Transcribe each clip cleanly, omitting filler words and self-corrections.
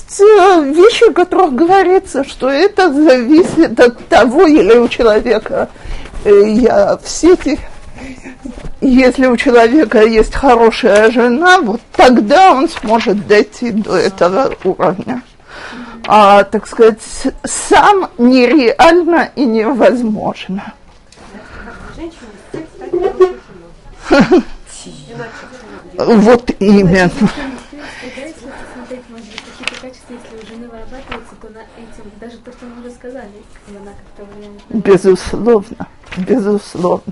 есть вещи, о которых говорится, что это зависит от того, или у человека я в сети, если у человека есть хорошая жена, вот тогда он сможет дойти до этого уровня. А, так сказать, сам нереально и невозможно. Вот именно. Безусловно, безусловно.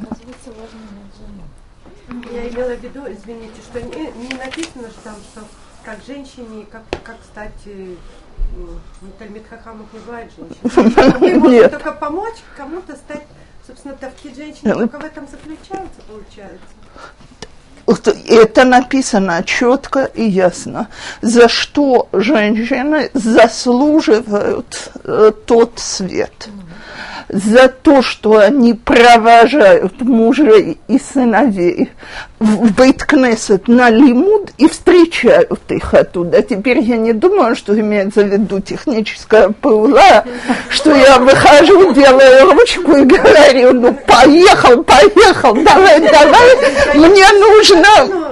Я имела в виду, извините, что не написано, что там, что как женщине, как стать Талмид Хахамов не бывает женщиной. Вы можете только помочь кому-то стать, собственно, тавкид женщины, только в этом заключается, получается. Это написано четко и ясно, за что женщины заслуживают тот свет. За то, что они провожают мужей и сыновей в Бейт-Кнесет на лимуд и встречают их оттуда. Теперь я не думаю, что имеется в виду техническая паула, что я выхожу, делаю ручку и говорю, ну поехал, давай, мне нужно...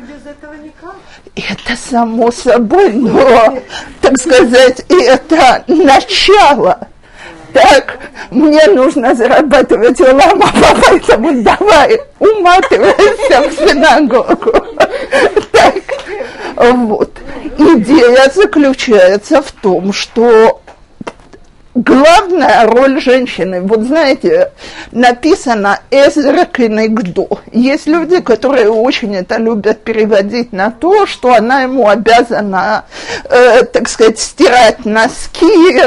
Это само собой, но, так сказать, это начало. Так, мне нужно зарабатывать улама, поэтому давай, уматывайся в синагогу. Так, вот. Идея заключается в том, что главная роль женщины, вот знаете, написано «эзер кенегдо». Есть люди, которые очень это любят переводить на то, что она ему обязана, так сказать, стирать носки,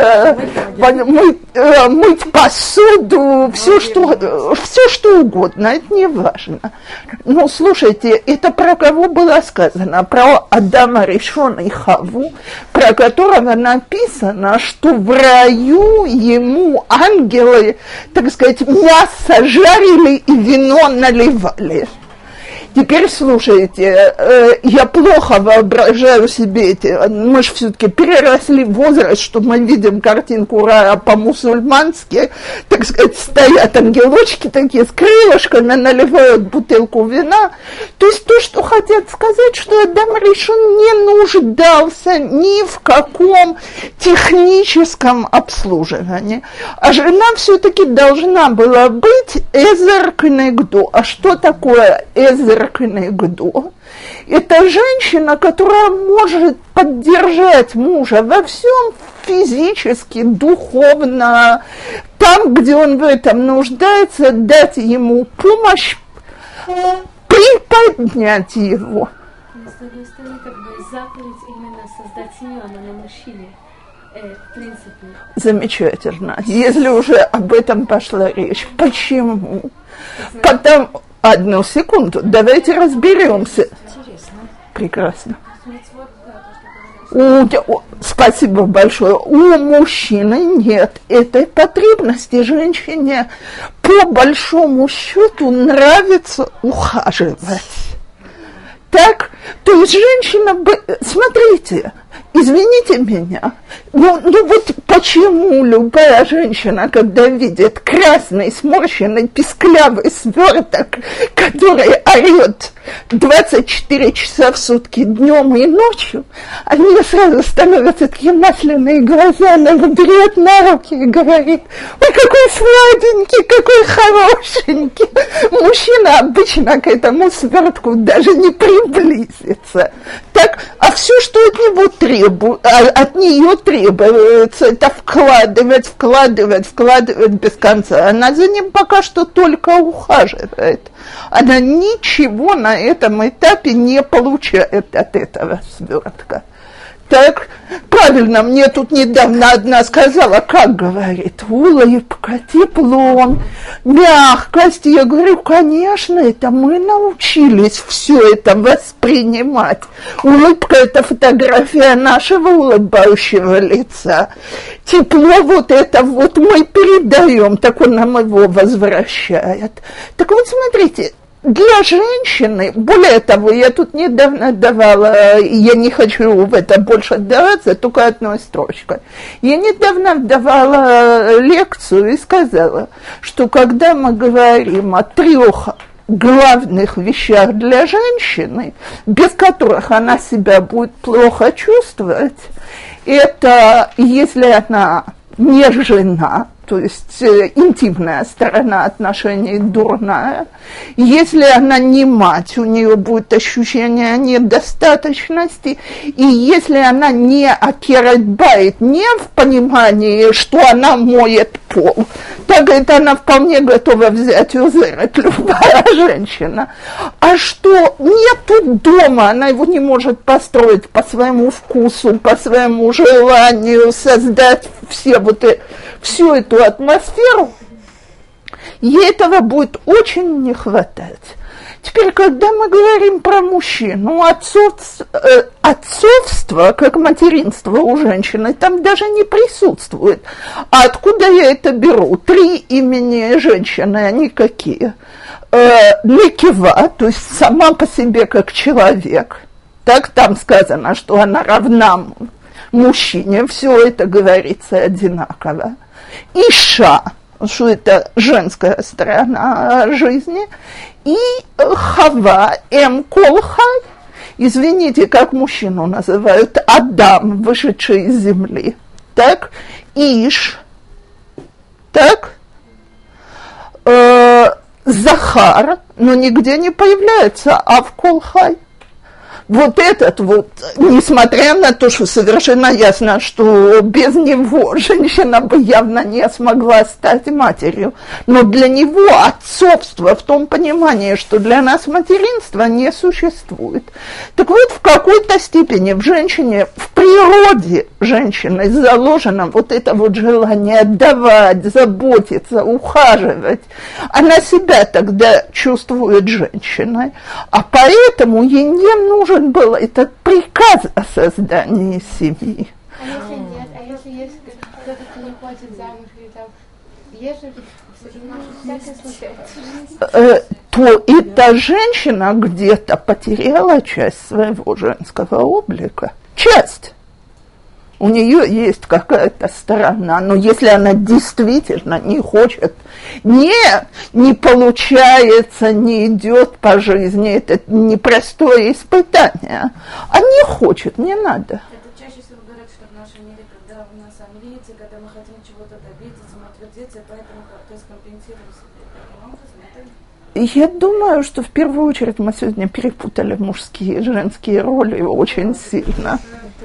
мыть посуду, все что угодно, это не важно. Но слушайте, это про кого было сказано? Про Адама Ришона и Хаву, про которого написано, что в раю ему ангелы, так сказать, мясо жарили и вино наливали. Теперь слушайте, я плохо воображаю себе эти, мы же все-таки переросли возраст, что мы видим картинку рая по-мусульмански, так сказать, стоят ангелочки такие с крылышками, наливают бутылку вина. То есть то, что хотят сказать, что Адам Ришон не нуждался ни в каком техническом обслуживании, а жена все-таки должна была быть эзер кенегдо. А что такое эзер кенегдо? Это женщина, которая может поддержать мужа во всем физически, духовно, там, где он в этом нуждается, дать ему помощь, приподнять его. С другой стороны, как бы заповедь именно создать семью, она на мужчине, в принципе. Замечательно. Если уже об этом пошла речь. Почему? Потому... Одну секунду, давайте разберемся. Интересно. Прекрасно. Спасибо большое. У мужчины нет этой потребности. Женщине по большому счету нравится ухаживать. Так, то есть женщина, смотрите, извините меня, ну вот почему любая женщина, когда видит красный, сморщенный, писклявый сверток, который орет 24 часа в сутки днем и ночью, они сразу становятся такие масляные глаза, она его берет на руки и говорит: ой, какой сладенький, какой хорошенький. Мужчина обычно к этому свертку даже не приблизится. Так, а все, что от него от нее требуется, это вкладывать без конца. Она за ним пока что только ухаживает. Она ничего на этом этапе не получает от этого свертка. Так, правильно, мне тут недавно одна сказала, как говорит, улыбка, тепло, мягкость. Я говорю, конечно, это мы научились все это воспринимать. Улыбка – это фотография нашего улыбающего лица. Тепло вот это вот мы передаем, так он нам его возвращает. Так вот, смотрите, для женщины, более того, я тут недавно давала, я не хочу в это больше отдаваться, только одной строчкой. Я недавно давала лекцию и сказала, что когда мы говорим о 3 главных вещах для женщины, без которых она себя будет плохо чувствовать, это если она не жена, то есть интимная сторона отношений дурная. Если она не мать, у нее будет ощущение недостаточности. И если она не акерет байт, не в понимании, что она моет пол, так это она вполне готова взять узерет, любая женщина. А что нету дома, она его не может построить по своему вкусу, по своему желанию, создать всю эту атмосферу, ей этого будет очень не хватать. Теперь, когда мы говорим про мужчину, отцовство, как материнство у женщины, там даже не присутствует. А откуда я это беру? 3 имени женщины, они какие? Лекива, то есть сама по себе как человек. Так там сказано, что она равна мужчине, все это говорится одинаково. Иша, что это женская сторона жизни, и Хава, Колхай, извините, как мужчину называют, Адам, вышедший из земли, так, Иш, так, Захар, но нигде не появляется Колхай. Вот этот вот, несмотря на то, что совершенно ясно, что без него женщина бы явно не смогла стать матерью, но для него отцовство в том понимании, что для нас материнства не существует. Так вот, в какой-то степени в женщине, в природе женщины заложено вот это вот желание отдавать, заботиться, ухаживать. Она себя тогда чувствует женщиной, а поэтому ей не нужен был этот приказ о создании семьи. А если нет, если есть кто-то, кто не ходит замуж, или там, есть же всякое случается, то эта женщина где-то потеряла часть своего женского облика. Часть. У нее есть какая-то сторона, но если она действительно не хочет, не получается, не идет по жизни, это непростое испытание, а не хочет, не надо. Это чаще всего говорят, что в нашем мире, когда у нас амбиции, когда мы хотим чего-то добиться, самоутвердиться, поэтому как-то скомпенсируем себе. Я думаю, что в первую очередь мы сегодня перепутали мужские и женские роли очень сильно.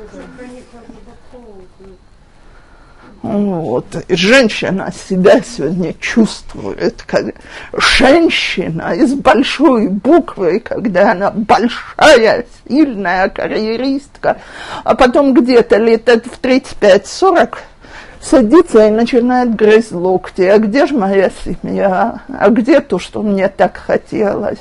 Вот. Женщина себя сегодня чувствует как женщина из большой буквы, когда она большая, сильная карьеристка, а потом где-то лет в 35-40 садится и начинает грызть локти. А где же моя семья? А где то, что мне так хотелось?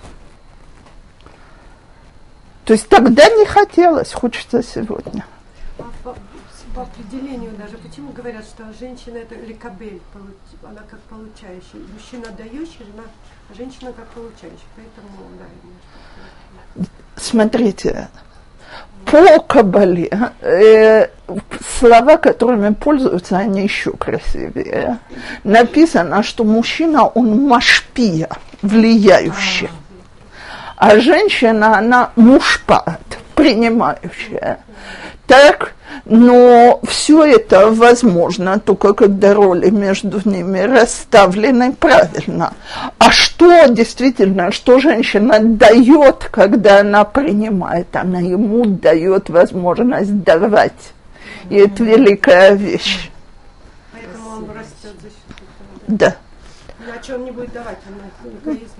То есть тогда не хотелось, хочется сегодня. По определению даже, почему говорят, что женщина это лекабель, она как получающая, мужчина дающий, а женщина как получающая, поэтому, да. Смотрите, по Кабале слова, которыми пользуются, они еще красивее. Написано, что мужчина, он машпия, влияющий, а женщина, она мушпат, принимающая. Так, но все это возможно только когда роли между ними расставлены правильно. А что действительно, что женщина дает, когда она принимает? Она ему дает возможность давать. И это великая вещь. Поэтому он растет за счет этого. Да. Ни о чем не будет давать, эгоизм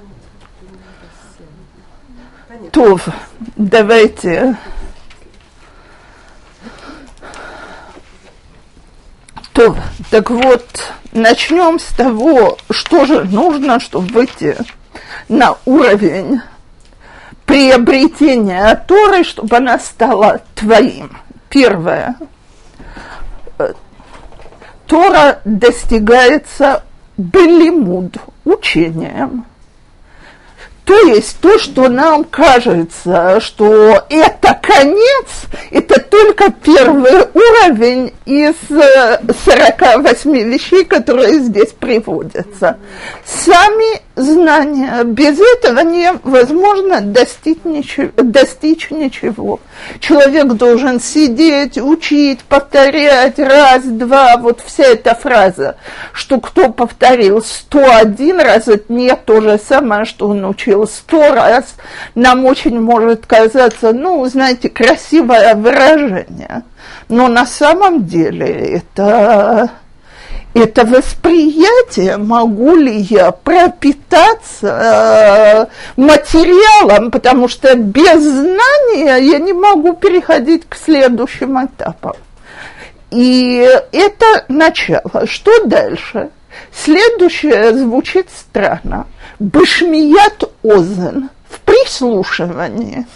останется. То, давайте... Так вот, начнем с того, что же нужно, чтобы выйти на уровень приобретения Торы, чтобы она стала твоим. Первое. Тора достигается белимуд, учением. То есть то, что нам кажется, что это конец, это только первый уровень из 48 вещей, которые здесь приводятся. Сами знания, без этого невозможно достичь ничего. Человек должен сидеть, учить, повторять раз, два, вот вся эта фраза, что кто повторил 101 раз, это не то же самое, что он учил 100 раз, нам очень может казаться, ну, знаете, красивое выражение, но на самом деле это восприятие, могу ли я пропитаться материалом, потому что без знания я не могу переходить к следующим этапам. И это начало. Что дальше? Следующее звучит странно. Бешмият озен, в прислушивании.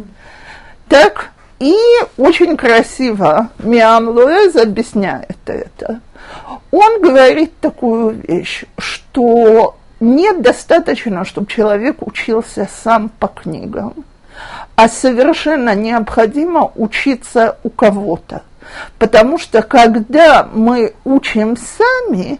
Так, и очень красиво Миам Лоэз объясняет это. Он говорит такую вещь, что недостаточно, чтобы человек учился сам по книгам, а совершенно необходимо учиться у кого-то. Потому что когда мы учим сами,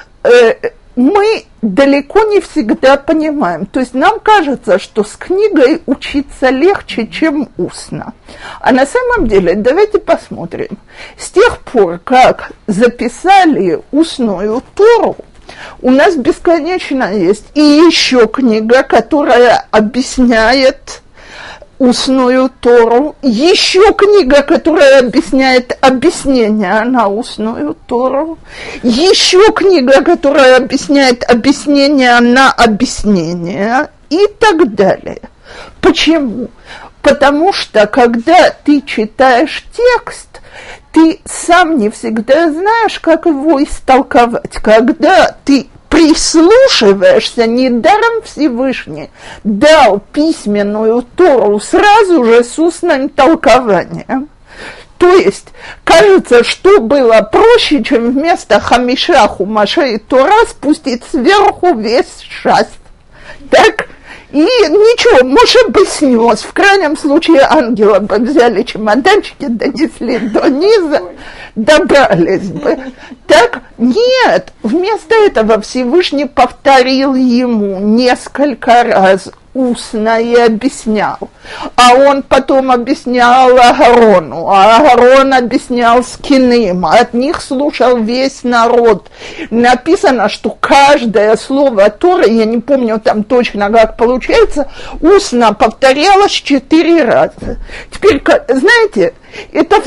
мы далеко не всегда понимаем. То есть нам кажется, что с книгой учиться легче, чем устно. А на самом деле, давайте посмотрим. С тех пор, как записали устную Тору, у нас бесконечно есть и еще книга, которая объясняет устную Тору, еще книга, которая объясняет объяснение на устную Тору, еще книга, которая объясняет объяснение на объяснение и так далее. Почему? Потому что, когда ты читаешь текст, ты сам не всегда знаешь, как его истолковать. Когда ты прислушиваешься, недаром Всевышний дал письменную Тору сразу же с устным толкованием. То есть, кажется, что было проще, чем вместо хамиша хумаша и Тора спустить сверху весь шаст. Так? И ничего, может быть, снес. В крайнем случае ангела бы взяли чемоданчики, донесли до низа, добрались бы. Так? Нет. Вместо этого Всевышний повторил ему несколько раз устно и объяснял. А он потом объяснял Агарону, а Агарон объяснял скиним, от них слушал весь народ. Написано, что каждое слово Торы, я не помню там точно, как получается, устно повторялось 4 раза. Теперь, знаете, это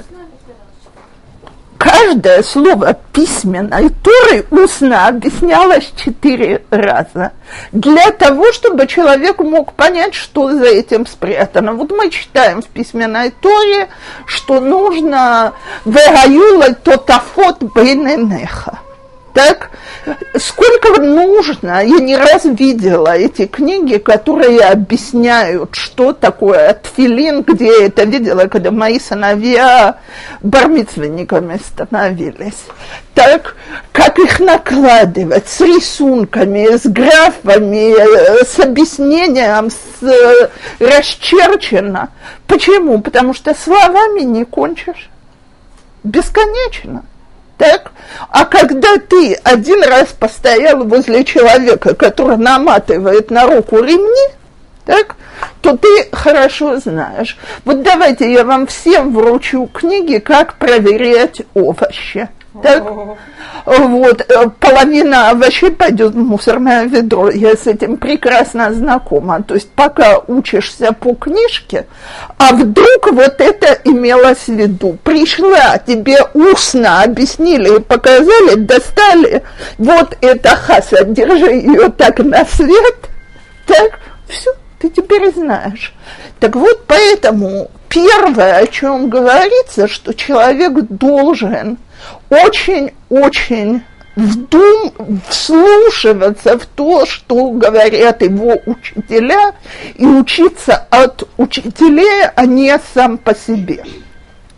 каждое слово письменной Торы устно объяснялось 4 раза. Для того, чтобы человек мог понять, что за этим спрятано. Вот мы читаем в письменной Торе, что нужно «Вегаюла тотафот бейненеха». Так, сколько нужно, я не раз видела эти книги, которые объясняют, что такое тфилин, где я это видела, когда мои сыновья бармицвенниками становились. Так, как их накладывать, с рисунками, с графами, с объяснением, с расчерчено. Почему? Потому что словами не кончишь. Бесконечно. Так? А когда ты один раз постоял возле человека, который наматывает на руку ремни, так, то ты хорошо знаешь. Вот давайте я вам всем вручу книги, как проверять овощи. Так? Вот, половина овощей пойдет в мусорное ведро, я с этим прекрасно знакома. То есть пока учишься по книжке, а вдруг вот это имелось в виду. Пришла, тебе устно объяснили, показали, достали, вот это хаса, держи ее так на свет, так, все, ты теперь знаешь. Так вот, поэтому первое, о чем говорится, что человек должен очень-очень вслушиваться в то, что говорят его учителя, и учиться от учителей, а не сам по себе.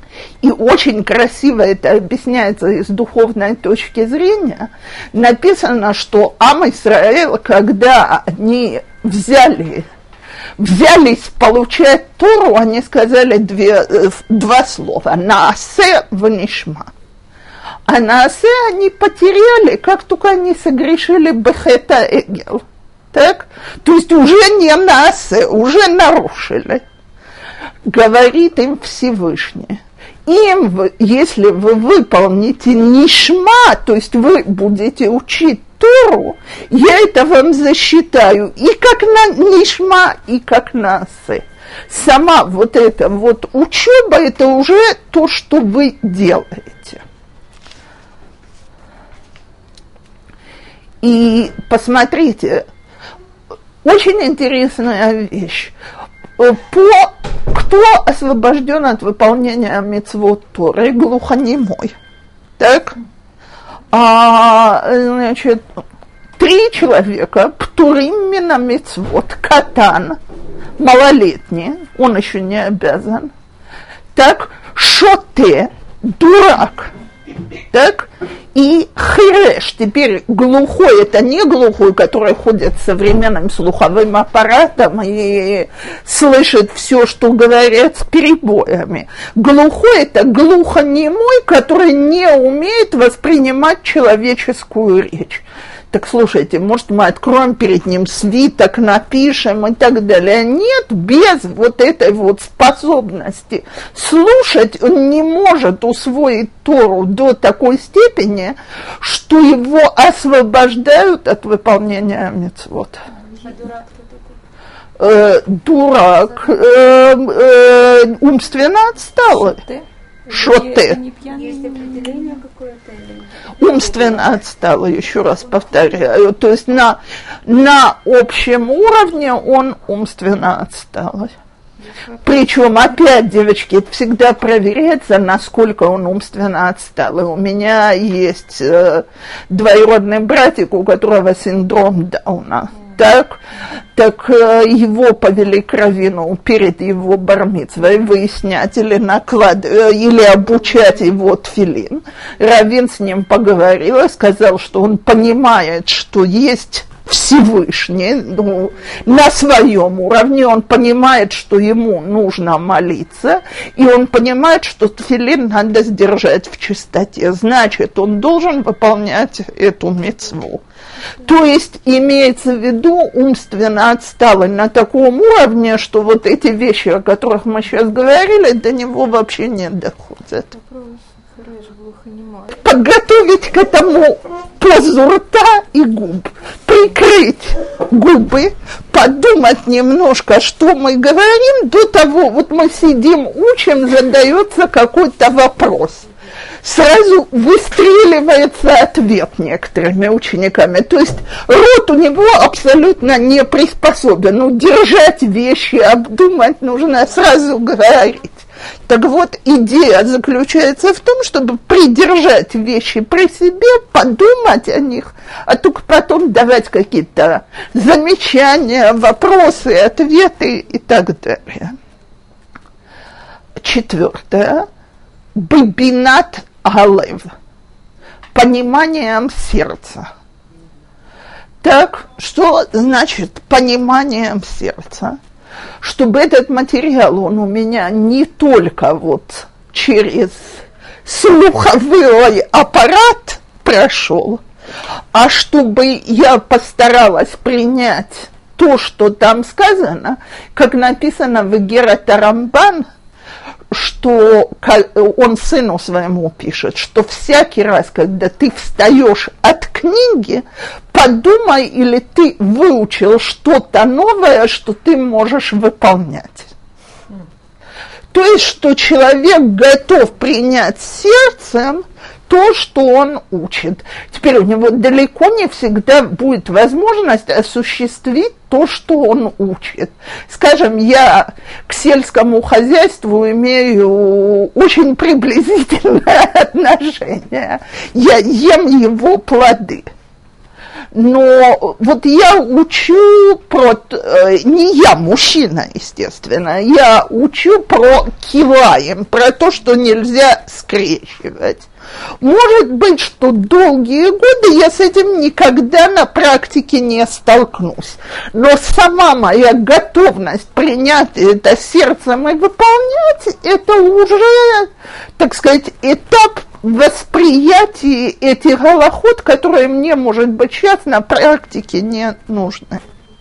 и очень красиво это объясняется из духовной точки зрения, написано, что Ам Исраэль, когда они взялись получать Тору, они сказали два слова: «Наасе венишма». А наасе они потеряли, как только они согрешили бехета эгел. Так? То есть уже не наасе, уже нарушили. Говорит им Всевышний: если вы выполните нишма, то есть вы будете учить Тору, я это вам засчитаю и как на нишма, и как наасе. Сама вот эта вот учеба, это уже то, что вы делаете. И посмотрите, очень интересная вещь. Кто освобожден от выполнения мицвот Торы? Глухонемой. Так? Значит, 3 человека, птурим мина мицвот, катан, малолетний, он еще не обязан. Так, шоте, дурак. Так? И хиреш, теперь глухой, это не глухой, который ходит с современным слуховым аппаратом и слышит все, что говорят с перебоями. Глухой – это глухонемой, который не умеет воспринимать человеческую речь. Так слушайте, может, мы откроем перед ним свиток, напишем и так далее. Нет, без вот этой вот способности слушать он не может усвоить Тору до такой степени, что его освобождают от выполнения мицвот. Дурак, умственно отсталый. Шоте. Есть определение какое-то? Умственно отстало, еще раз повторяю. То есть на общем уровне он умственно отсталый. Причем, опять, девочки, это всегда проверяется, насколько он умственно отсталый. У меня есть двоюродный братик, у которого синдром Дауна. Так его повели к раввину перед его бар-мицвой выяснять или или обучать его тфилин. Раввин с ним поговорил и сказал, что он понимает, что есть Всевышний, на своем уровне, он понимает, что ему нужно молиться, и он понимает, что тфилин надо сдержать в чистоте, значит, он должен выполнять эту мицву. То есть имеется в виду умственно отсталый на таком уровне, что вот эти вещи, о которых мы сейчас говорили, до него вообще не доходят. Подготовить к этому позу рта и губ, прикрыть губы, подумать немножко, что мы говорим до того, вот мы сидим, учим, задается какой-то вопрос. Сразу выстреливается ответ некоторыми учениками. То есть рот у него абсолютно не приспособлен. Удержать вещи, обдумать нужно, сразу говорить. Так вот, идея заключается в том, чтобы придержать вещи при себе, подумать о них, а только потом давать какие-то замечания, вопросы, ответы и так далее. 4. Бибинат Алев. Пониманием сердца. Так, что значит пониманием сердца? Чтобы этот материал, он у меня не только вот через слуховой аппарат прошел, а чтобы я постаралась принять то, что там сказано, как написано в Игерет Рамбан, что он сыну своему пишет, что всякий раз, когда ты встаешь от книги, подумай, или ты выучил что-то новое, что ты можешь выполнять. То есть, что человек готов принять сердцем то, что он учит. Теперь у него далеко не всегда будет возможность осуществить то, что он учит. Скажем, я к сельскому хозяйству имею очень приблизительное отношение. Я ем его плоды. Но вот я учу про... Не я, мужчина, естественно. Я учу про киваем, про то, что нельзя скрещивать. Может быть, что долгие годы я с этим никогда на практике не столкнусь. Но сама моя готовность принять это сердцем и выполнять, это уже, так сказать, этап восприятия этих галахот, которые мне, может быть, сейчас на практике не нужны.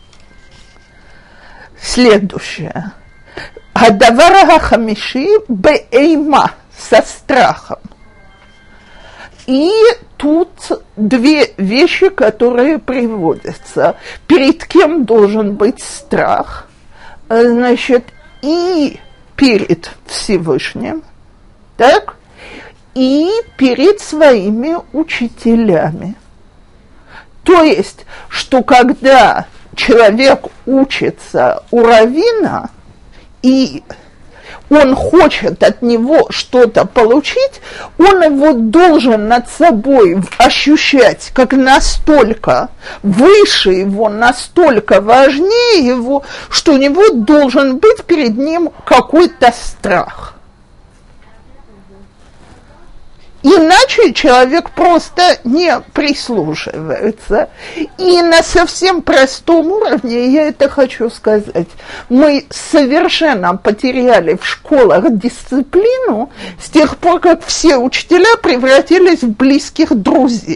Следующее. Адавара хамиши беэйма, со страхом. И тут две вещи, которые приводятся. Перед кем должен быть страх? Значит, и перед Всевышним, так? И перед своими учителями. То есть, что когда человек учится у раввина, и он хочет от него что-то получить, он его должен над собой ощущать как настолько выше его, настолько важнее его, что у него должен быть перед ним какой-то страх. Иначе человек просто не прислушивается. И на совсем простом уровне, я это хочу сказать, мы совершенно потеряли в школах дисциплину с тех пор, как все учителя превратились в близких друзей.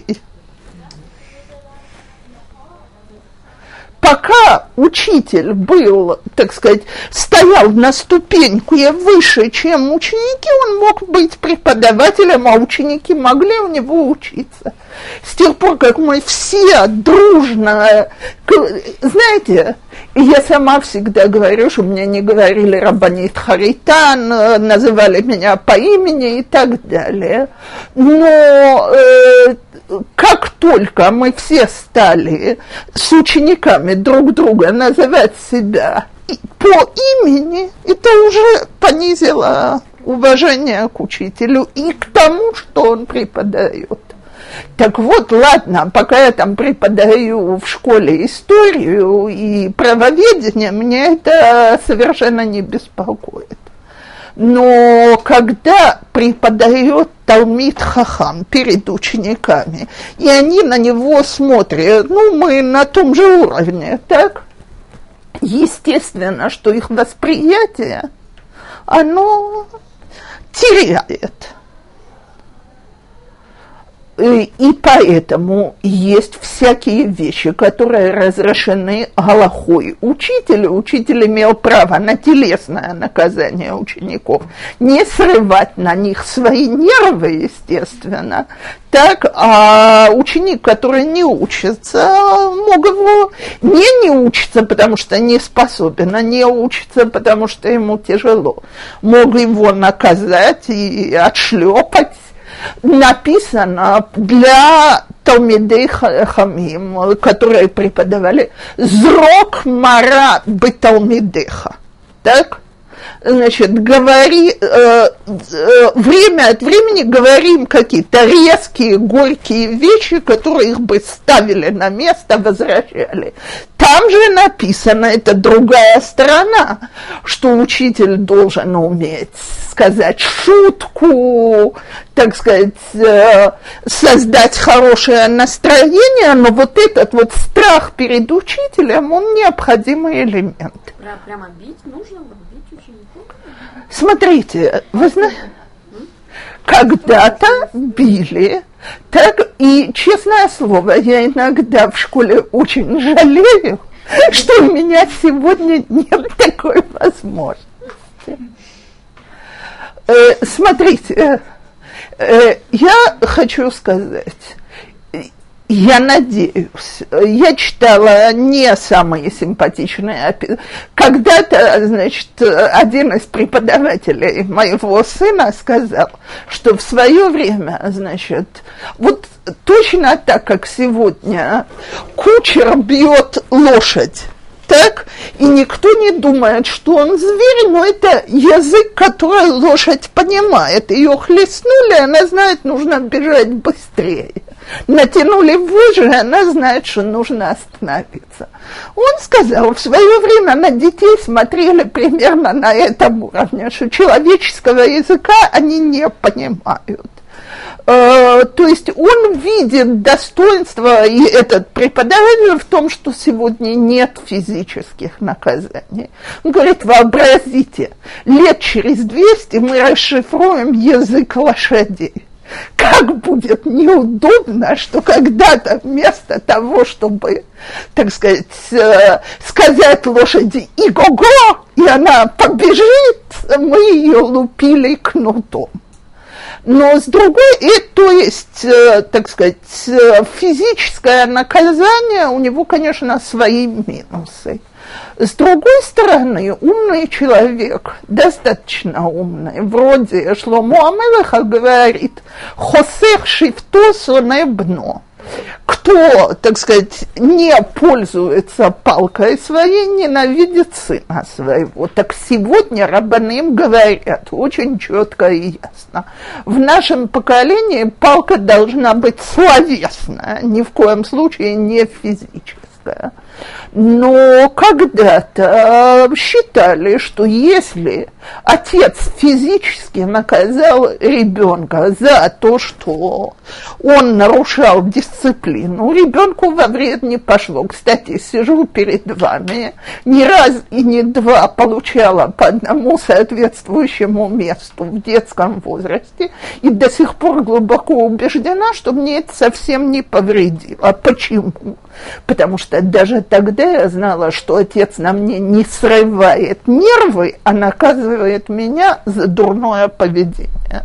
Пока учитель был, так сказать, стоял на ступеньку выше, чем ученики, он мог быть преподавателем, а ученики могли у него учиться. С тех пор, как мы все дружно, знаете, я сама всегда говорю, что мне не говорили Рабанит Харитан, называли меня по имени и так далее, но как только мы все стали с учениками друг друга называть себя по имени, это уже понизило уважение к учителю и к тому, что он преподает. Так вот, ладно, пока я там преподаю в школе историю и правоведение, меня это совершенно не беспокоит. Но когда преподает Талмид Хахам перед учениками, и они на него смотрят, мы на том же уровне, так? Естественно, что их восприятие, оно теряет. И поэтому есть всякие вещи, которые разрешены галахой. Учитель имел право на телесное наказание учеников, не срывать на них свои нервы, естественно. Так, а ученик, который не учится, мог его не учиться, потому что не способен, а не учиться, потому что ему тяжело. Мог его наказать и отшлепать. Написано для Талмидей Хамим, которые преподавали, «Зрок мара беталмидеха». Так? Значит, время от времени говорим какие-то резкие, горькие вещи, которые их бы ставили на место, возвращали. Там же написано, это другая сторона, что учитель должен уметь сказать шутку, так сказать, создать хорошее настроение, но вот этот вот страх перед учителем, он необходимый элемент. Прямо бить нужно? Бить учеников? Смотрите, вы знаете, когда-то били, так, и, честное слово, я иногда в школе очень жалею, что у меня сегодня нет такой возможности. Смотрите, я хочу сказать, я надеюсь, я читала не самые симпатичные описания. Когда-то, значит, один из преподавателей моего сына сказал, что в свое время, значит, вот точно так, как сегодня кучер бьет лошадь, так, и никто не думает, что он зверь, но это язык, который лошадь понимает. Ее хлестнули, она знает, нужно бежать быстрее. натянули вожжи, она знает, что нужно остановиться. Он сказал, в свое время на детей смотрели примерно на этом уровне, что человеческого языка они не понимают. То есть он видит достоинство, и этот преподаватель, в том, что сегодня нет физических наказаний. Он говорит, вообразите, лет через 200 мы расшифруем язык лошадей. Как будет неудобно, что когда-то вместо того, чтобы, так сказать, сказать лошади «иго-го», и она побежит, мы ее лупили кнутом. Но с другой, то есть, так сказать, физическое наказание, у него, конечно, свои минусы. С другой стороны, умный человек, достаточно умный, вроде Шломо ха-Мелеха говорит «Хосех шифто соне бно». Кто, так сказать, не пользуется палкой своей, ненавидит сына своего. Так сегодня раббаным говорят очень четко и ясно. В нашем поколении палка должна быть словесная, ни в коем случае не физическая. Но когда-то считали, что если отец физически наказал ребенка за то, что он нарушал дисциплину, ребенку во вред не пошло. Кстати, сижу перед вами, ни раз и ни два получала по одному соответствующему месту в детском возрасте и до сих пор глубоко убеждена, что мне это совсем не повредило. Почему? Потому что даже тогда я знала, что отец на мне не срывает нервы, а наказывает меня за дурное поведение.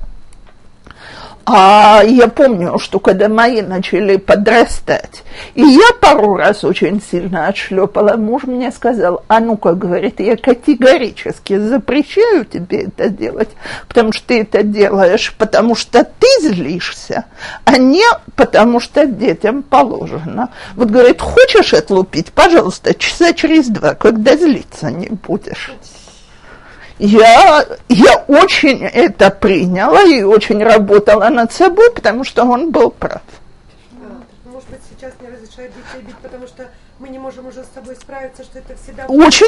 А я помню, что когда мои начали подрастать, и я пару раз очень сильно отшлепала, муж мне сказал, а ну-ка, говорит, я категорически запрещаю тебе это делать, потому что ты это делаешь, потому что ты злишься, а не потому что детям положено. Вот, говорит, хочешь отлупить, пожалуйста, часа через 2, когда злиться не будешь. Я очень это приняла и очень работала над собой, потому что он был прав. Может быть, сейчас не разрешают детей бить, потому что мы не можем уже с собой справиться, что это всегда... Очень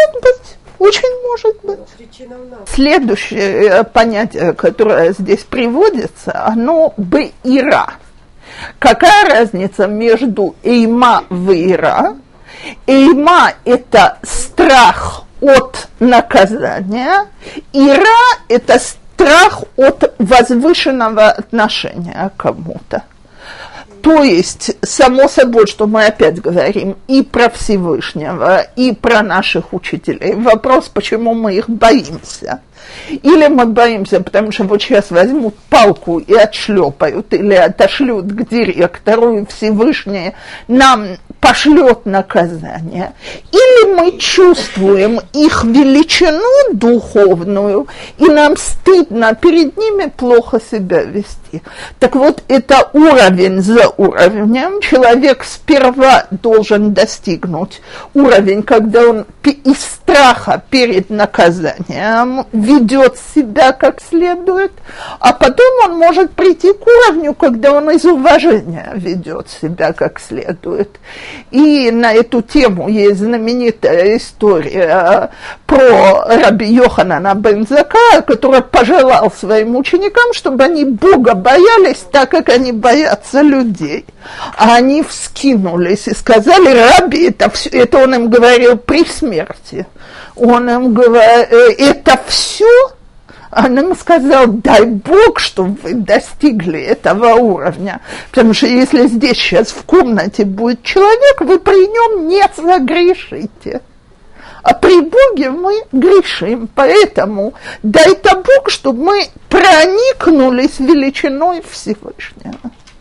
может быть. Причина у нас. Следующее понятие, которое здесь приводится, оно беира. Какая разница между эйма и ира? Эйма – это страх от наказания, ира – это страх от возвышенного отношения к кому-то. То есть, само собой, что мы опять говорим и про Всевышнего, и про наших учителей. Вопрос, почему мы их боимся. Или мы боимся, потому что вот сейчас возьмут палку и отшлепают, или отошлют к директору, и Всевышний нам пошлет наказание. Или мы чувствуем их величину духовную, и нам стыдно перед ними плохо себя вести. Так вот, это уровень за уровнем. Человек сперва должен достигнуть уровень, когда он из страха перед наказанием ведет себя как следует, а потом он может прийти к уровню, когда он из уважения ведет себя как следует. И на эту тему есть знаменитая история про раби Йоханана бен Заккая, который пожелал своим ученикам, чтобы они Бога боялись так, как они боятся людей. А они вскинулись и сказали: раби, это он им говорил при смерти. Он им говорил: это все? Он им сказал: дай Бог, чтобы вы достигли этого уровня. Потому что если здесь сейчас в комнате будет человек, вы при нем не загрешите. А при Боге мы грешим. Поэтому дай-то Бог, чтобы мы проникнулись величиной Всевышнего.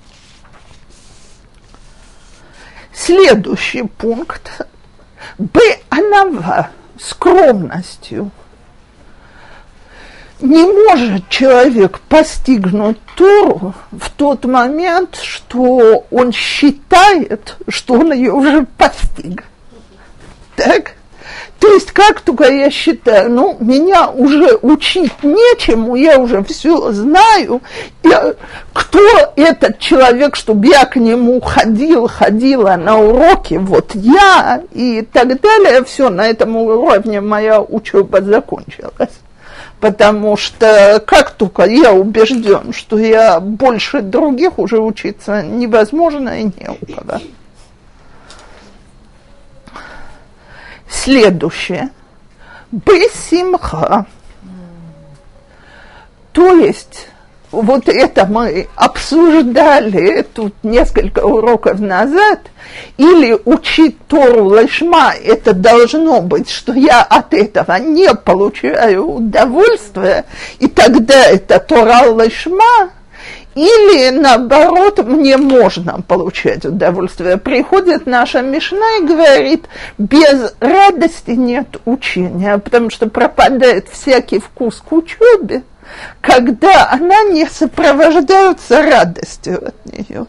Следующий пункт. Б-анава, скромностью. Не может человек постигнуть Тору в тот момент, что он считает, что он ее уже постиг. Так? То есть, как только я считаю, меня уже учить нечему, я уже все знаю, кто этот человек, чтобы я к нему ходила на уроки, вот я и так далее, все, на этом уровне моя учеба закончилась. Потому что как только я убежден, что я больше других, уже учиться невозможно и не у кого. Следующее. Бесимха. То есть, вот это мы обсуждали тут несколько уроков назад, или учить Тору лишма, это должно быть, что я от этого не получаю удовольствия, и тогда это Тора лишма, или, наоборот, мне можно получать удовольствие. Приходит наша Мишна и говорит, без радости нет учения, потому что пропадает всякий вкус к учебе, когда она не сопровождается радостью от нее.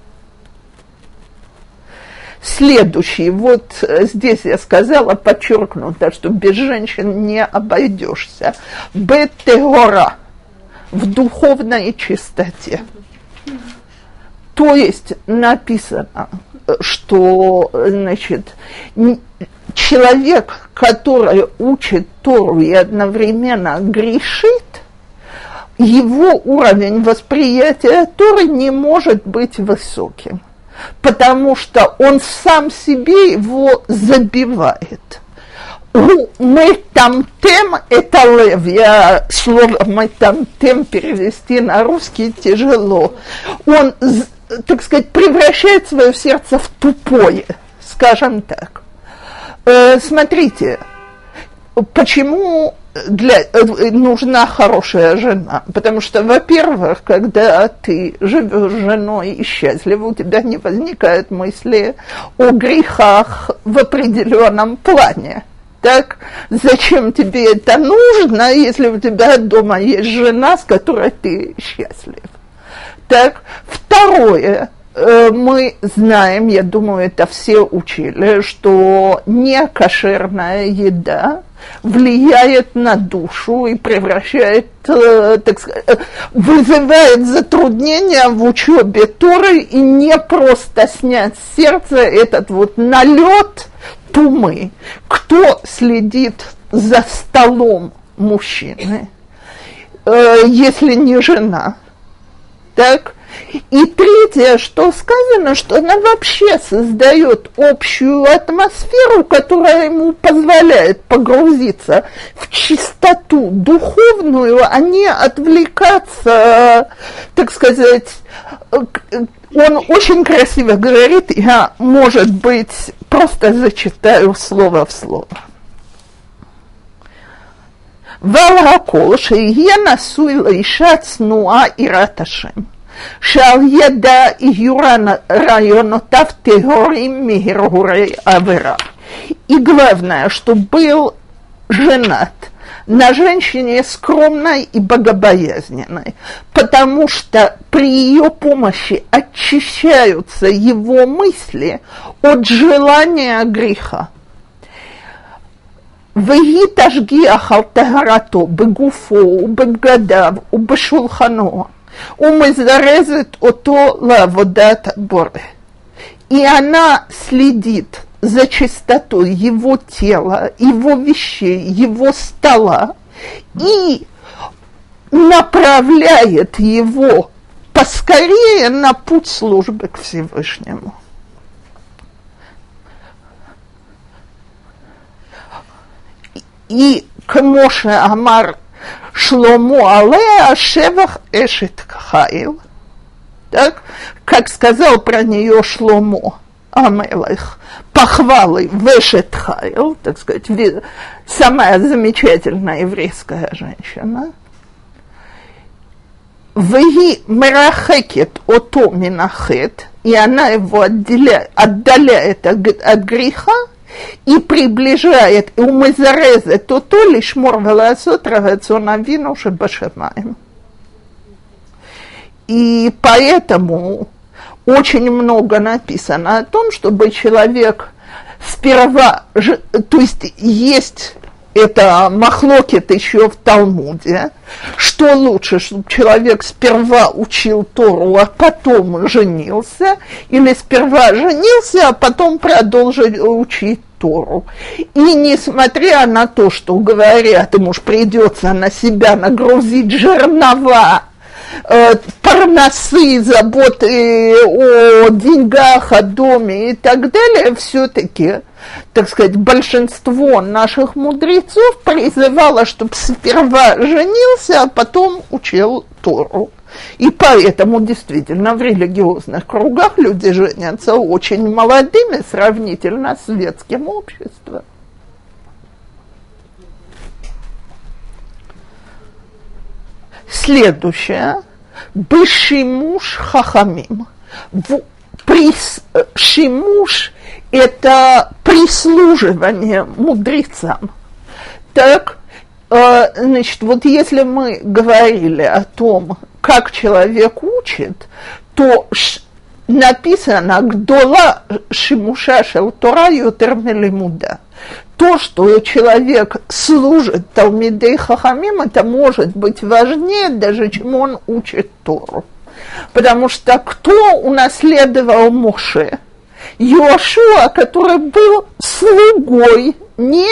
Следующий, вот здесь я сказала, подчеркнуто, что без женщин не обойдешься. Бет-теора. В духовной чистоте. То есть написано, что, значит, человек, который учит Тору и одновременно грешит, его уровень восприятия Торы не может быть высоким, потому что он сам себе его забивает. Мэтамтем – это лев. Слово мэтамтем перевести на русский тяжело. Он, так сказать, превращает свое сердце в тупое, скажем так. Смотрите, почему нужна хорошая жена? Потому что, во-первых, когда ты живешь с женой и счастлив, у тебя не возникает мысли о грехах в определенном плане. Так, зачем тебе это нужно, если у тебя дома есть жена, с которой ты счастлив? Так, второе, мы знаем, я думаю, это все учили, что некошерная еда влияет на душу и превращает, так сказать, вызывает затруднения в учебе Торы, и не просто снять с сердца этот вот налет тумы. Кто следит за столом мужчины, если не жена? Так? И третье, что сказано, что она вообще создает общую атмосферу, которая ему позволяет погрузиться в чистоту духовную, а не отвлекаться, так сказать. Он очень красиво говорит, я, может быть, просто зачитаю слово в слово. Валакол шея насуй лаиша цнуа ират Ашем. שעל ידה יהיו רעיונותיו טהורים מהרהורי עבירה. И главное, что был женат на женщине скромной и богобоязненной, потому что при ее помощи очищаются его мысли от желания греха. והיא תשגיח על טהרתו בגופו ובבגדיו ובשולחנו, ומזרזת אותו לעבודת הבורא. И она следит за чистотой его тела, его вещей, его стола и направляет его поскорее на путь службы к Всевышнему. И к Моше Амар Шломо Алеа Шевах Эшет Хаил, так, как сказал про нее Шломо Амелех, похвалы в Эшет Хаил, так сказать, самая замечательная еврейская женщина. Веги мерахекет ото минахет, и она его отдаляет от греха, и приближает, и умезарезет то лишь морвеласот равацона вину шебашамаем. И поэтому очень много написано о том, чтобы человек сперва, то есть это махлокет еще в Талмуде, что лучше, чтобы человек сперва учил Тору, а потом женился, или сперва женился, а потом продолжил учить Тору. И несмотря на то, что говорят, ему ж придется на себя нагрузить жернова, парносы, заботы о деньгах, о доме и так далее, все-таки, так сказать, большинство наших мудрецов призывало, чтобы сперва женился, а потом учил Тору. И поэтому действительно в религиозных кругах люди женятся очень молодыми сравнительно с светским обществом. Следующее. Бешимуш хахамим. Шимуш – это прислуживание мудрецам. Так, значит, вот если мы говорили о том, как человек учит, то написано «Гдола шимуша шел Тора ютер мелимуда». То, что человек служит Талмидей Хахамим, это может быть важнее даже, чем он учит Тору. Потому что кто унаследовал Моше? Йошуа, который был слугой, не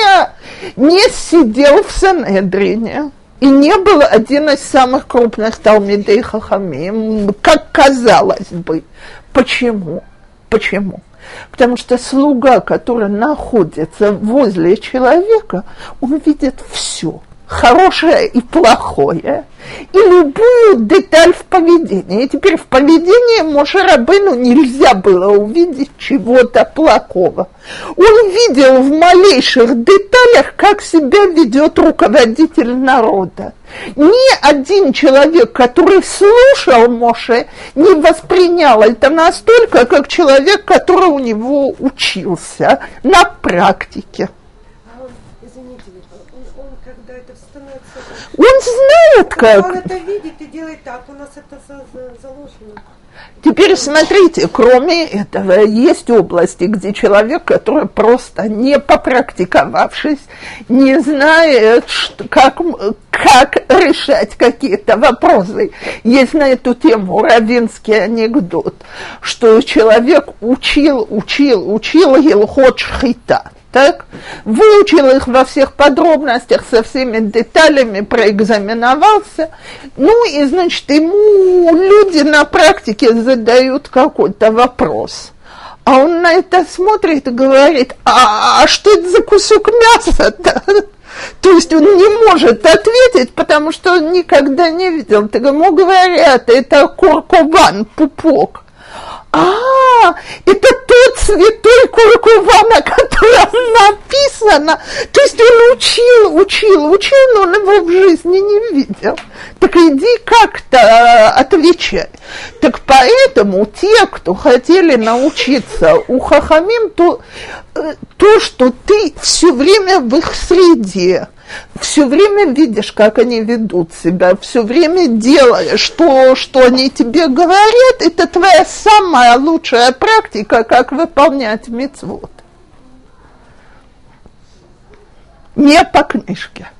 сидел в Санедрине и не был один из самых крупных Талмидей Хахамим, как казалось бы. Почему? Потому что слуга, который находится возле человека, он видит все, хорошее и плохое, и любую деталь в поведении. И теперь в поведении Моше Рабейну нельзя было увидеть чего-то плохого. Он видел в малейших деталях, как себя ведет руководитель народа. Ни один человек, который слушал Моше, не воспринял это настолько, как человек, который у него учился на практике. Извините, он когда это становится... Он знает, как... Он это видит и делает так, у нас это заложено. Теперь смотрите, кроме этого, есть области, где человек, который просто не попрактиковавшись, не знает, как решать какие-то вопросы. Есть на эту тему раввинский анекдот, что человек учил Гилхот Шхита. Так, выучил их во всех подробностях, со всеми деталями, проэкзаменовался. Ну и, значит, ему люди на практике задают какой-то вопрос. А он на это смотрит и говорит, а что это за кусок мяса-то? То есть он не может ответить, потому что он никогда не видел. Так ему говорят, это куркуван, пупок. Это тот святой куркуван, о котором написано. То есть он учил, но он его в жизни не видел. Так иди как-то отвечай. Так поэтому те, кто хотели научиться у Хахамим, то, что ты все время в их среде, все время видишь, как они ведут себя, все время делаешь, что они тебе говорят, это твоя самая лучшая практика, как выполнять мицвот. Не по книжке.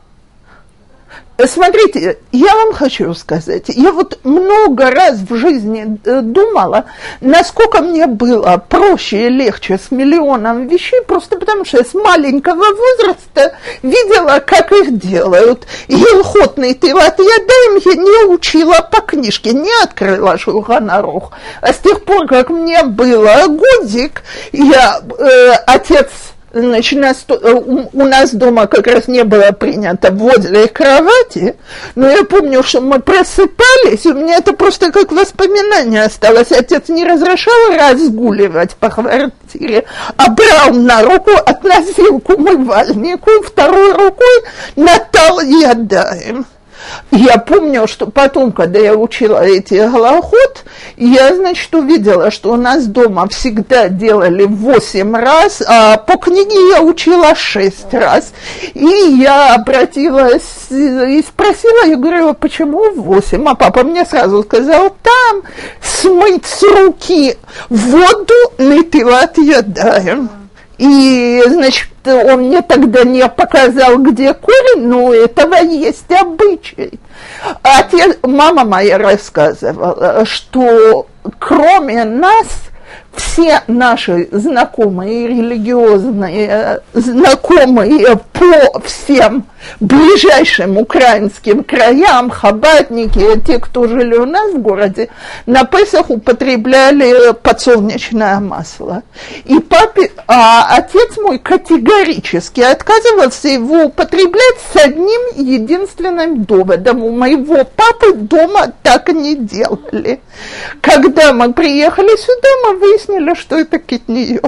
Смотрите, я вам хочу сказать, я вот много раз в жизни думала, насколько мне было проще и легче с миллионом вещей, просто потому что я с маленького возраста видела, как их делают. Гилхотный Тилат Ядаим я не учила по книжке, не открыла Шулхан Арух. А с тех пор, как мне было годик, отец... Значит, у нас дома как раз не было принято возле кровати, но я помню, что мы просыпались, и у меня это просто как воспоминание осталось. Отец не разрешал разгуливать по квартире, а брал на руку, относил к умывальнику, второй рукой натал ядаем. Я помню, что потом, когда я учила эти галахот, я, значит, увидела, что у нас дома всегда делали 8 раз, а по книге я учила 6 раз. И я обратилась и спросила, я говорю, почему 8? А папа мне сразу сказал, там смыть с руки воду нетилат ядаем. И, значит, он мне тогда не показал, где корень, но у этого есть обычай. Мама моя рассказывала, что кроме нас все наши знакомые, религиозные, знакомые по всем ближайшим украинским краям, хабадники, те, кто жили у нас в городе, на Песах употребляли подсолнечное масло. И отец мой категорически отказывался его употреблять с одним единственным доводом. У моего папы дома так не делали. Когда мы приехали сюда, мы выяснили, что это китниот.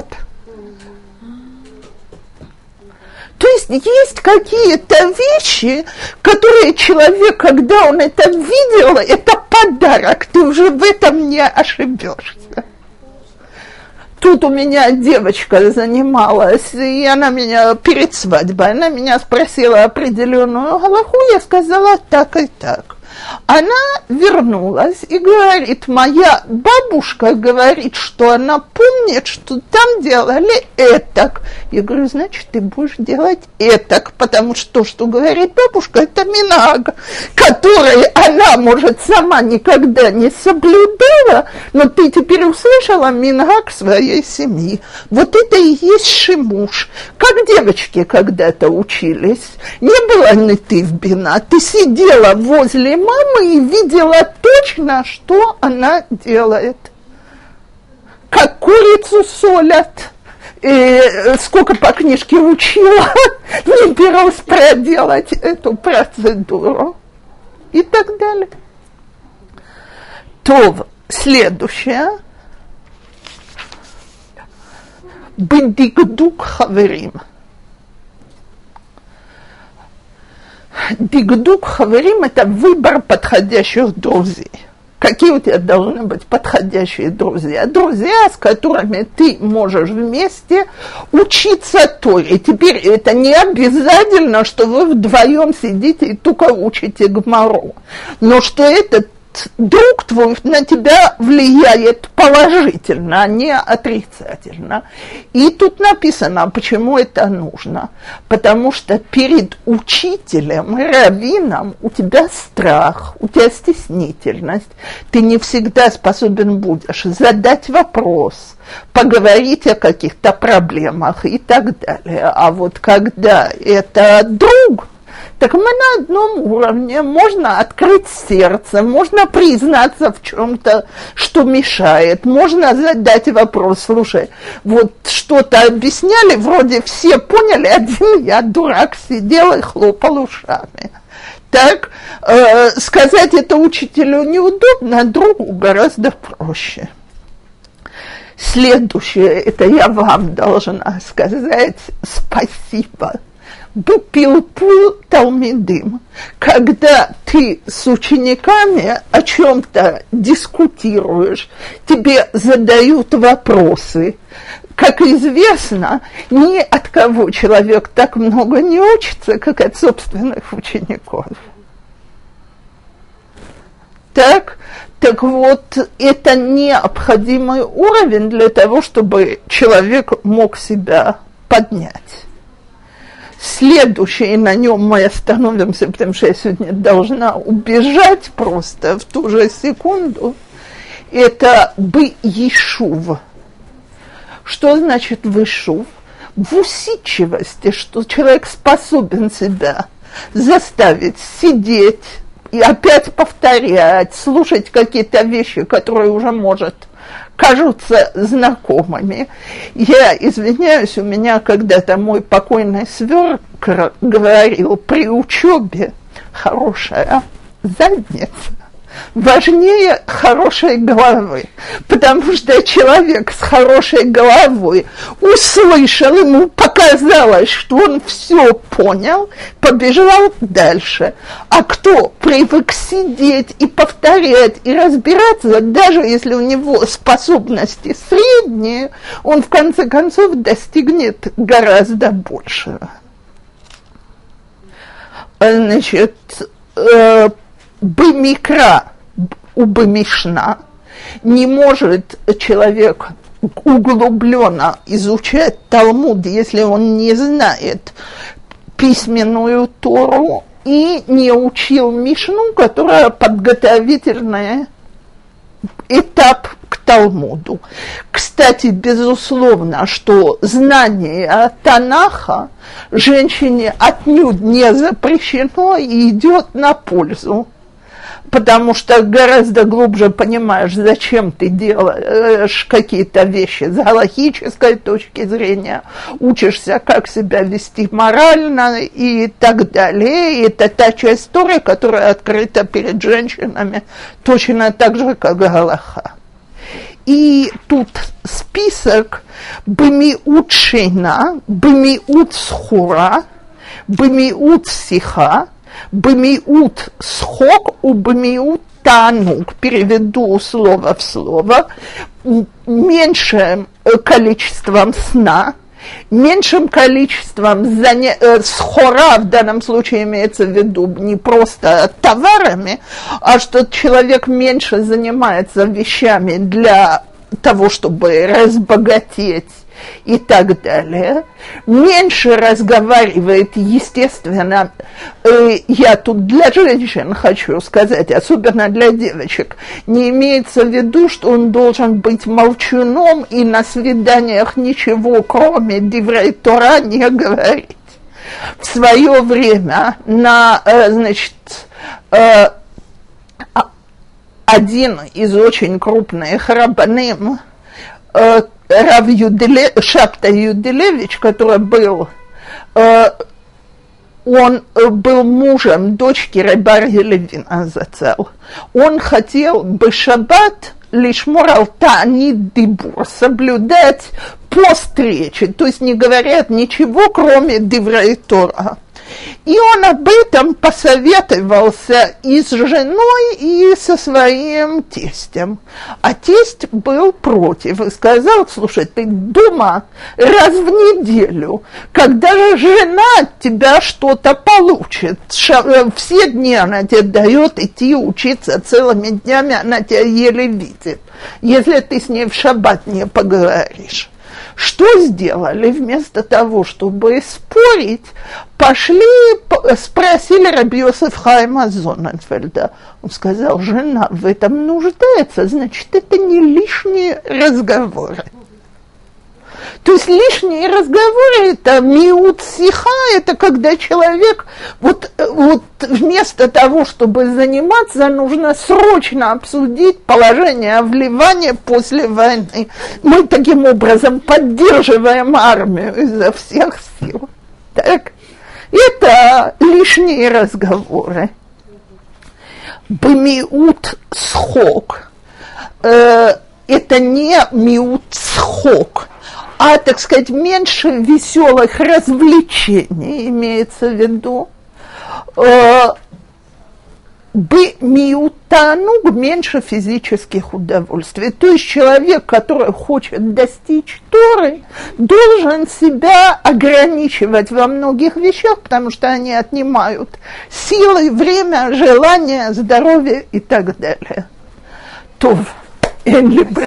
То есть есть какие-то вещи, которые человек, когда он это видел, это подарок, ты уже в этом не ошибешься. Тут у меня девочка занималась, и она меня перед свадьбой, она меня спросила определенную галаху, я сказала так и так. Она вернулась и говорит, моя бабушка говорит, что она помнит, что там делали этак. Я говорю, значит, ты будешь делать этак, потому что то, что говорит бабушка, это минаг, который она, может, сама никогда не соблюдала, но ты теперь услышала минаг своей семьи. Вот это и есть шимуш. Как девочки когда-то учились. Не было нетыв бина, ты сидела возле мамы и видела точно, что она делает. Как курицу солят. И сколько по книжке учила, не берусь проделать эту процедуру. И так далее. То следующее. Бдикдук хаверим. Дикдук хаверим – это выбор подходящих друзей. Какие у тебя должны быть подходящие друзья? Друзья, с которыми ты можешь вместе учиться Торе. Теперь это не обязательно, что вы вдвоем сидите и только учите Гмару. Но что этот друг твой на тебя влияет положительно, а не отрицательно. И тут написано, почему это нужно. Потому что перед учителем, раввином у тебя страх, у тебя стеснительность. Ты не всегда способен будешь задать вопрос, поговорить о каких-то проблемах и так далее. А вот когда это друг, так мы на одном уровне, можно открыть сердце, можно признаться в чем-то, что мешает, можно задать вопрос, слушай, вот что-то объясняли, вроде все поняли, один я, дурак, сидел и хлопал ушами. Так, сказать это учителю неудобно, другу гораздо проще. Следующее, это я вам должна сказать спасибо. Бупилпул талмидим, когда ты с учениками о чем-то дискутируешь, тебе задают вопросы. Как известно, ни от кого человек так много не учится, как от собственных учеников. Так вот, это необходимый уровень для того, чтобы человек мог себя поднять. Следующее, и на нем мы остановимся, потому что я сегодня должна убежать просто в ту же секунду, это бы-ешув. Что значит вышув? В усидчивости, что человек способен себя заставить сидеть и опять повторять, слушать какие-то вещи, которые уже может кажутся знакомыми. Я извиняюсь, у меня когда-то мой покойный свекр говорил, при учебе хорошая задница важнее хорошей головы, потому что человек с хорошей головой услышал, ему показалось, что он все понял, побежал дальше. А кто привык сидеть и повторять и разбираться, даже если у него способности средние, он в конце концов достигнет гораздо большего. Значит, бымикра у бымишна не может человек углубленно изучать Талмуд, если он не знает письменную Тору и не учил Мишну, которая подготовительный этап к Талмуду. Кстати, безусловно, что знание Танаха женщине отнюдь не запрещено и идет на пользу. Потому что гораздо глубже понимаешь, зачем ты делаешь какие-то вещи с галахической точки зрения, учишься, как себя вести морально и так далее. И это та часть истории, которая открыта перед женщинами точно так же, как галаха. И тут список бемиут шейна, бемиут схура, бемиут сиха, бемиут схок, у бемиут танук, переведу слово в слово, меньшим количеством сна, меньшим количеством схора, в данном случае имеется в виду не просто товарами, а что человек меньше занимается вещами для того, чтобы разбогатеть и так далее, меньше разговаривает, естественно, я тут для женщин хочу сказать, особенно для девочек, не имеется в виду, что он должен быть молчуном и на свиданиях ничего, кроме диврей Тора, не говорить. В свое время один из очень крупных раббаным, Рав Шапта Юделевич, который был, он был мужем дочки Рабар Елевина Зацал. Он хотел бы шаббат лишмор ал-таанит дибур, соблюдать по встрече, то есть не говорят ничего, кроме диврей Тора. И он об этом посоветовался и с женой, и со своим тестем. А тесть был против и сказал: слушай, ты дома раз в неделю, когда же жена от тебя что-то получит, все дни она тебе дает идти учиться, целыми днями она тебя еле видит, если ты с ней в шаббат не поговоришь. Что сделали? Вместо того, чтобы спорить, пошли, спросили Раби Йосеф Хаима Зоненфельда. Он сказал: жена в этом нуждается, значит, это не лишние разговоры. То есть лишние разговоры, это миут сиха, это когда человек, вот вместо того, чтобы заниматься, нужно срочно обсудить положение в Ливане после войны. Мы таким образом поддерживаем армию изо всех сил. Так? Это лишние разговоры. Бемиут схок. Это не миут схок, а, так сказать, меньше веселых развлечений имеется в виду. Бемиутануг, меньше физических удовольствий. То есть человек, который хочет достичь Торы, должен себя ограничивать во многих вещах, потому что они отнимают силы, время, желание, здоровье и так далее. То